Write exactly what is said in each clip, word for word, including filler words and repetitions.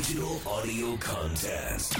Digital audio contest.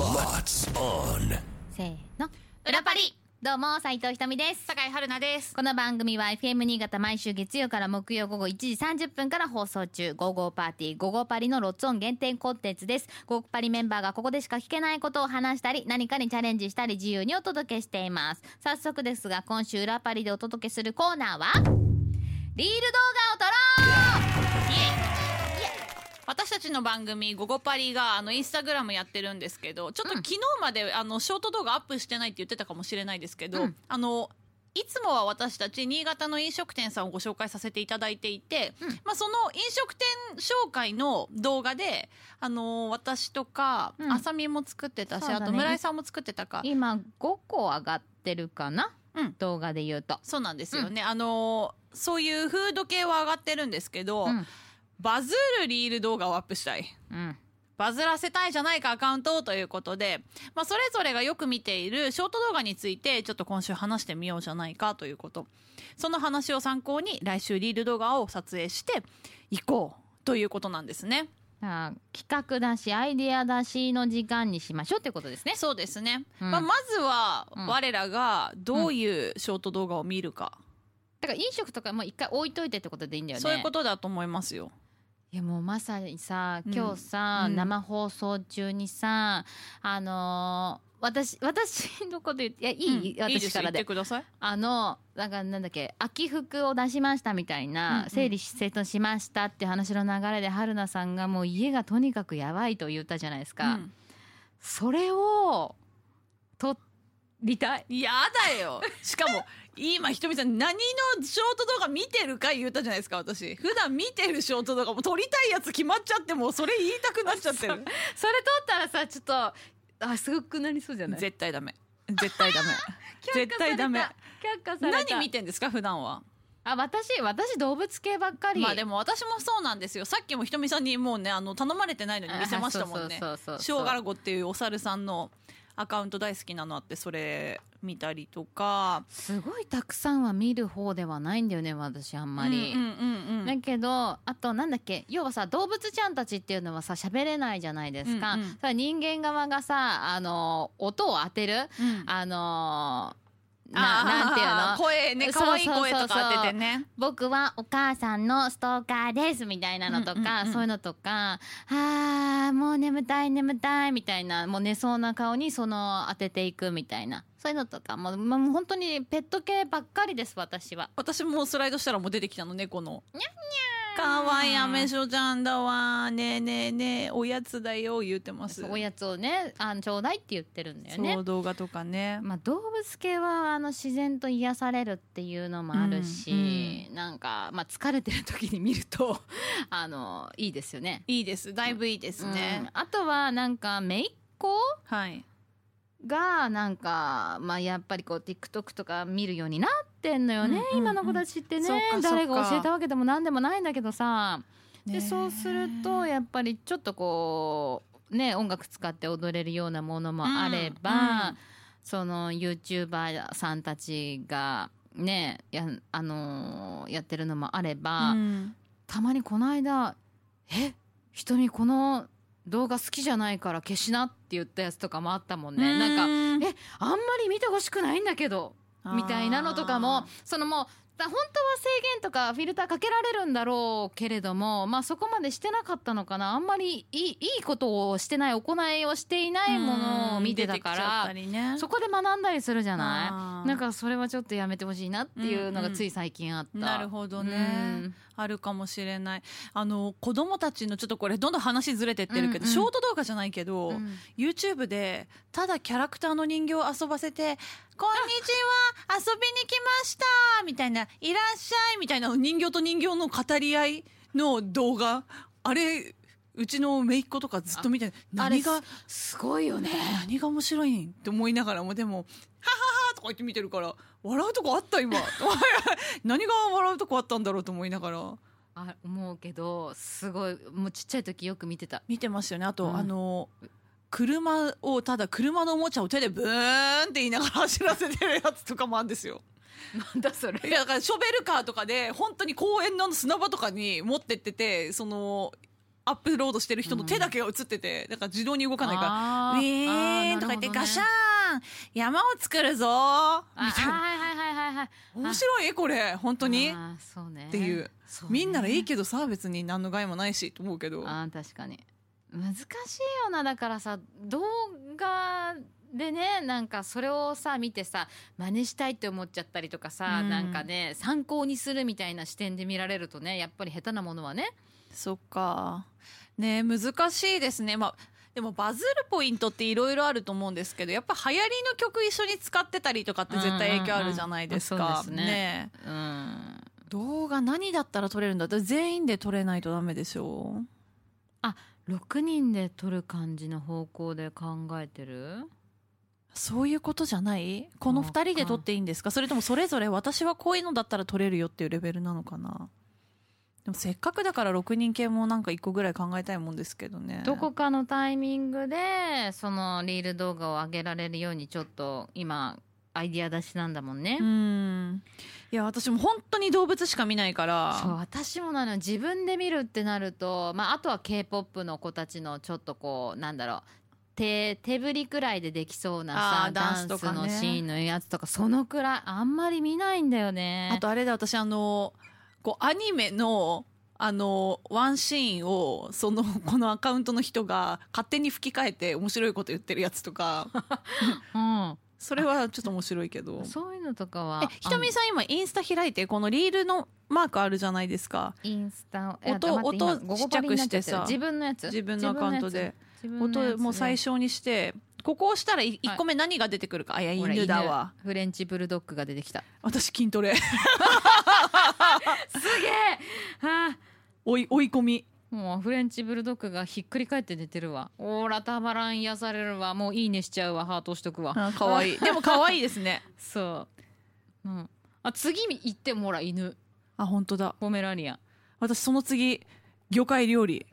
Lots on. せーの、裏パリ。どうも斉藤ひとみです。 坂井春奈です。 この番組は エフエム 新潟毎週月曜から木曜午後いちじさんじゅっぷんから放送中、ゴーゴーパーティーゴーゴーパリのロッツオン限定コンテンツです。ゴーパリメンバーがここでしか聞けないことを話したり、何かにチャレンジしたり自由にお届けしています。早速ですが、今週裏パリでお届けするコーナーはリール動画を撮ろう。イエイ。 私たちの番組ゴゴパリがあのインスタグラムやってるんですけど、ちょっと昨日まであのショート動画アップしてないって言ってたかもしれないですけど、 うん、 あのいつもは私たち新潟の飲食店さんをご紹介させていただいていて、うん、まあ、その飲食店紹介の動画であの私とか、うん、あさみも作ってたし、ね、あと村井さんも作ってたか、 今ごこ上がってるかな、うん、動画で言うとそうなんですよね、うん、あのそういうフード系は上がってるんですけど、うん、バズるリール動画をアップしたい、うん、バズらせたいじゃないかアカウントということで、まあ、それぞれがよく見ているショート動画についてちょっと今週話してみようじゃないかということ、その話を参考に来週リール動画を撮影していこうということなんですね。 あ、企画だしアイデアだしの時間にしましょうってことですね。 そうですね、うん、まあ、まずは我らがどういうショート動画を見るか、うん、 だから飲食とかもう一回置いといてってことでいいんだよね。 そういうことだと思いますよ。 いやもうまさにさ、今日さ、うん、生放送中にさ、あのー、私私のこと言って、いやいい、うん、私からで、 いいです、言ってください。 あのなんかなんだっけ、秋服を出しましたみたいな、うんうん、整理整頓しましたって話の流れで春菜さんがもう家がとにかくやばいと言ったじゃないですか、うん、それを撮りたい。 やだよ。しかも今ひとみさん何のショート動画見てるか言ったじゃないですか。私普段見てるショート動画も撮りたいやつ決まっちゃって、もうそれ言いたくなっちゃってる。そ, それ撮ったらさ、ちょっとあすごくなりそうじゃない？ 絶対ダメ、絶対ダメ絶対ダメ。却下された。 何見てんですか普段は？ あ、私私動物系ばっかり。 まあでも私もそうなんですよ。さっきもひとみさんにもうね、あの頼まれてないのに見せましたもんね。ショウガラゴっていうお猿さんのアカウント大好きなのあって、それ見たりとか。 すごいたくさんは見る方ではないんだよね私あんまり、うんうんうんうん、だけどあとなんだっけ、要はさ動物ちゃんたちっていうのはさ喋れないじゃないですか、うんうん、さ人間側がさあの音を当てる、うん、あのな, なんていうの声ね、可愛い声とか当ててね、 僕はお母さんのストーカーですみたいなのとか、うんうんうん、そういうのとか、あーもう眠たい眠たいみたいな、もう寝そうな顔にその当てていくみたいな、そういうのとかもう、もう本当にペット系ばっかりです私は。 私もスライドしたらもう出てきたの、猫のニャンニャンかわいいアメショちゃんだわ、ねえねえねえおやつだよ言ってます。 おやつをね、あちょうだいって言ってるんだよね。 そう動画とかね、 まあ、動物系はあの自然と癒されるっていうのもあるし、うんうん、なんか、まあ、疲れてる時に見るとあのいいですよね。 いいです、だいぶいいですね、 うん、あとはなんか姪っ子、 はいがなんか、まあ、やっぱりこう TikTok とか見るようになってんのよね、うんうんうん、今の子たちってね。誰が教えたわけでも何でもないんだけどさ、でそうするとやっぱりちょっとこうね、音楽使って踊れるようなものもあれば、うんうん、その YouTuber さんたちがね や, あのー、やってるのもあれば、うん、たまにこの間え人にこの動画好きじゃないから消しなって言ったやつとかもあったもんね。んなんかえあんまり見てほしくないんだけどみたいなのとかも、そのもう本当は制限とかフィルターかけられるんだろうけれども、まあそこまでしてなかったのかな。あんまりいい、いいことをしてない、行いをしていないものを見てたから、ね、そこで学んだりするじゃない。なんかそれはちょっとやめてほしいなっていうのがつい最近あった、うんうん、 なるほどね、うん、あるかもしれない。あの子供たちのちょっとこれどんどん話ずれてってるけど、うんうん、ショート動画じゃないけど、うん、YouTube でただキャラクターの人形を遊ばせてこんにちは遊びに来ましたみたいな、いらっしゃいみたいな人形と人形の語り合いの動画、あれうちの姪っ子とかずっと見て、何がすごいよね、 何が面白いんって思いながらも、でもはははとか言って見てるから笑うとこあった今何が笑うとこあったんだろうと思いながらあ思うけど、すごいもうちっちゃい時よく見てた。 見てますよね。あと、うん、あの車をただ車のおもちゃを手でブーンって言いながら走らせてるやつとかもあるんですよ。 なんだそれ。 いやだからショベルカーとかで本当に公園の砂場とかに持ってってて、そのアップロードしてる人の手だけが映ってて、だから自動に動かないからあウィーンとか言ってガシャーン山を作るぞみたいな、 はいはいはいはいはい。 面白いこれ本当にあそうねっていう、 そうね、 みんならいいけどさ別に何の害もないしと思うけど、 あ確かに難しいよな。だからさ動画でねなんかそれをさ見てさ真似したいって思っちゃったりとかさ、うん、なんかね参考にするみたいな視点で見られるとねやっぱり下手なものはね。 そっかね難しいですね。まあでもバズるポイントっていろいろあると思うんですけど、やっぱ流行りの曲一緒に使ってたりとかって絶対影響あるじゃないですか。 うんうんうん、そうですね。 ね、 うん、 動画何だったら撮れるんだったら全員で撮れないとダメでしょ。 あろくにんで撮る感じの方向で考えてる？ そういうことじゃない？このふたりで撮っていいんですか？それともそれぞれ私はこういうのだったら撮れるよっていうレベルなのかな。でもせっかくだからろくにん系もなんかいっこぐらい考えたいもんですけどね。 どこかのタイミングでそのリール動画を上げられるようにちょっと今アイディア出しなんだもんね。 うんいや私も本当に動物しか見ないから。 そう私もなの。自分で見るってなると、まあ、あとは K-ポップ の子たちのちょっとこうなんだろう手, 手振りくらいでできそうなさダンスとか、ね、ダンスのシーンのやつとかそのくらいあんまり見ないんだよね。 あとあれだ私あのこうアニメのあのワンシーンをそのこのアカウントの人が勝手に吹き替えて面白いこと言ってるやつとか、うん、それはちょっと面白いけどそういうのとかは。 えひとみさん今インスタ開いてこのリールのマークあるじゃないですか。 インスタ音音ちっちゃくしてさ自分のやつ自分のアカウントで音もう最小にしてここを押したらいっこめ何が出てくるか、はい、あいや犬だわ。 フレンチブルドッグが出てきた。 私筋トレすげえ、はあ、 追い追い込み。 もうフレンチブルドッグがひっくり返って出てるわ。おーらたまらん癒されるわ。もういいねしちゃうわ。ハートしとくわ。 あかわいいでもかわいいですねそう、うん、あ次行ってもほら犬。 あ本当だポメラニアン。 私その次魚介料理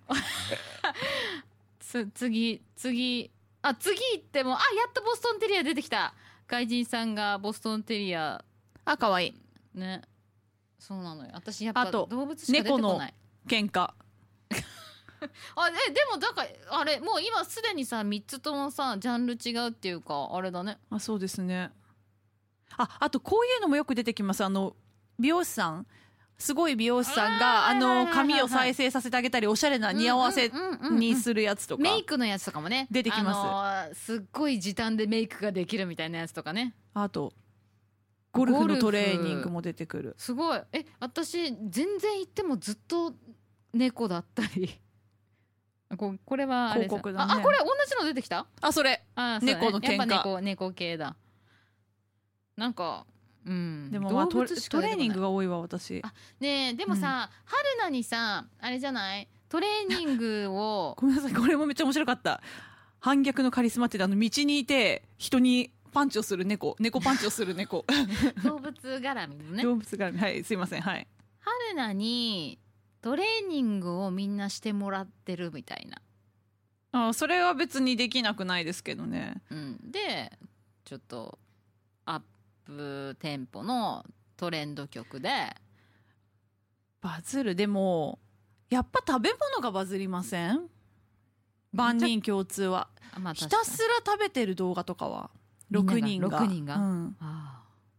つ次次あ次行ってもあやっとボストンテリア出てきた。外人さんがボストンテリア。 あかわいいね。そうなのよ。私やっぱ動物しか出てこない。猫の喧嘩あえでもだからあれもう今すでにさみっつともさジャンル違うっていうかあれだね。 あそうですね。ああとこういうのもよく出てきます。あの美容師さんすごい美容師さんがあの髪を再生させてあげたりおしゃれな似合わせにするやつとかメイクのやつとかもね出てきます、 あのー、すっごい時短でメイクができるみたいなやつとかね。 あとゴルフのトレーニングも出てくる。 すごい。え私全然行ってもずっと猫だったりこ, これはあれ広告だね。 ああこれ同じの出てきた。 あそれあそう、ね、 猫の喧嘩。 やっぱ 猫, 猫系だ。なんかうん、 でも、まあ、ト, トレーニングが多いわ私。 あねえでもさ、うん、春菜にさあれじゃないトレーニングをごめんなさいこれもめっちゃ面白かった。反逆のカリスマってあの道にいて人にパンチをする猫猫パンチをする猫動物絡みのね。 動物絡みはいすいません。はい春菜にトレーニングをみんなしてもらってるみたいな。あそれは別にできなくないですけどね、 うん、でちょっとアップテンポのトレンド曲でバズる。でもやっぱ食べ物がバズりません？万人共通は、まあ、ひたすら食べてる動画とかはろくにんがろくにんが、うん、 あ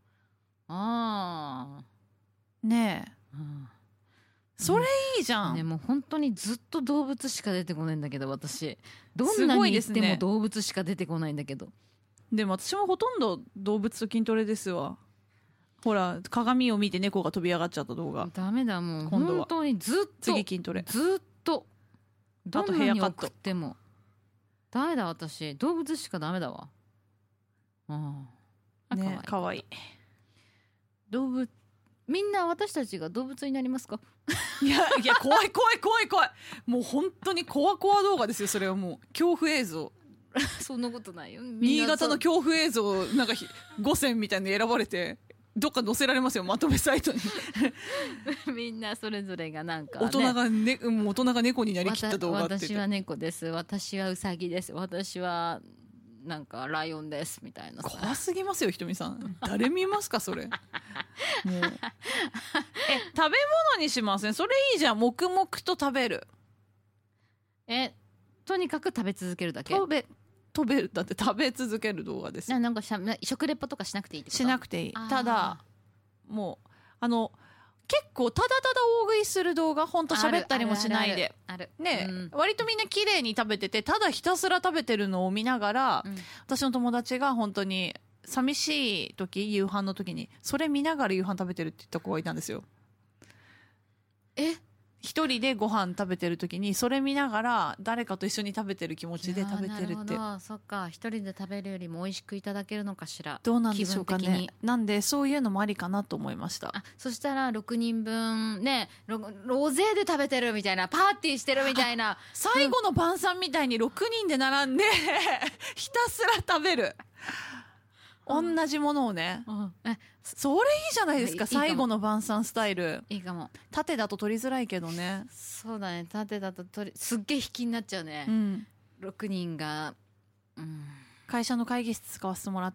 あねえ、うん、それいいじゃん、 ね、もう本当にずっと動物しか出てこないんだけど私どんなに言っても動物しか出てこないんだけど。 でも私もほとんど動物と筋トレですわ。ほら鏡を見て猫が飛び上がっちゃった動画。 ダメだもう今度は本当にずっと次筋トレずっとどんなに送ってもダメだ私動物しかダメだわ。うんねかわいい。 動物みんな私たちが動物になりますか？ いやいや怖い怖い怖い怖いもう本当にコアコア動画ですよそれは。もう恐怖映像そんなことないよ。 新潟の恐怖映像なんかごせんみたいなの選ばれてどっか載せられますよまとめサイトにみんなそれぞれがなんか、 ね、大人がねもう大人が猫になりきった動画って私は猫です、私はウサギです、私はなんかライオンですみたいな。 怖すぎますよひとみさん誰見ますかそれもうえ食べ物にしません？それいいじゃん。黙々と食べる。 とにかく食べ続けるだけ。 食べ食べるだって食べ続ける動画ですよ。 なんかしゃ食レポとかしなくていいってこと？ しなくていい。 あーただもうあの結構ただただ大食いする動画、ほんと喋ったりもしないであるね、 うん、 割とみんな綺麗に食べてて、ただひたすら食べてるのを見ながら、 うん、 私の友達が本当に寂しい時、夕飯の時にそれ見ながら夕飯食べてるって言った子がいたんですよ。 え一人でご飯食べてる時にそれ見ながら誰かと一緒に食べてる気持ちで食べてるって。 そっか、一人で食べるよりも美味しくいただけるのかしら。 どうなんでしょうかね。 気分的に。 なんでそういうのもありかなと思いました。 あ、そしたらろくにんぶんね、ロロゼで食べてるみたいな、パーティーしてるみたいな、 最後の晩餐みたいにろくにんで並んでひたすら食べる、同じものをね、 うん、えそれいいじゃないですか。 いいかも最後の晩餐スタイル。 いいかも。 縦だと取りづらいけどね。 そうだね、縦だと取りすっげえ引きになっちゃうね、 うん、 ろくにんが、うん、 会社の会議室使わせてもらって、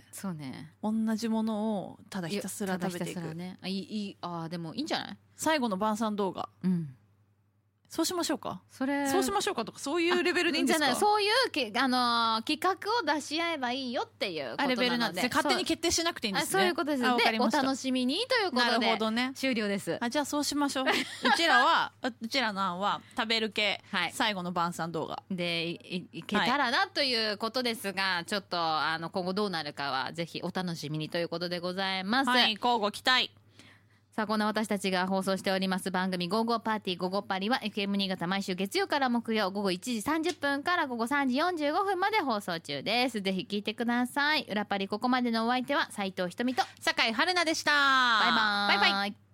そうね、 同じものをただひたすら食べていく、 ね、あいいいい、あでもいいんじゃない？ 最後の晩餐動画、 うん、 そうしましょうか。 それそうしましょうかとか、そういうレベルでいいんですか？ じゃない、そういうけ、あのー、企画を出し合えばいいよっていうことなので、 レベルなんですね。勝手に決定しなくていいんですね。 そういうことです。で、お楽しみにということで、 なるほどね、 終了です。 あ、じゃあそうしましょう。うちらはうちらの案は食べる系、はい、最後の晩餐動画で い, いけたらなということですが、はい、ちょっとあの今後どうなるかはぜひお楽しみにということでございます。 はい、交互期待。 さあ、こんな私たちが放送しております番組ゴーゴーパーティーゴーゴーパリは エフエム 新潟毎週月曜から木曜午後いちじさんじゅっぷんから午後さんじよんじゅうごふんまで放送中です。ぜひ聞いてください。裏パリ、ここまでのお相手は斉藤ひとみと酒井春菜でした。 バイバーイ。 バイバイ。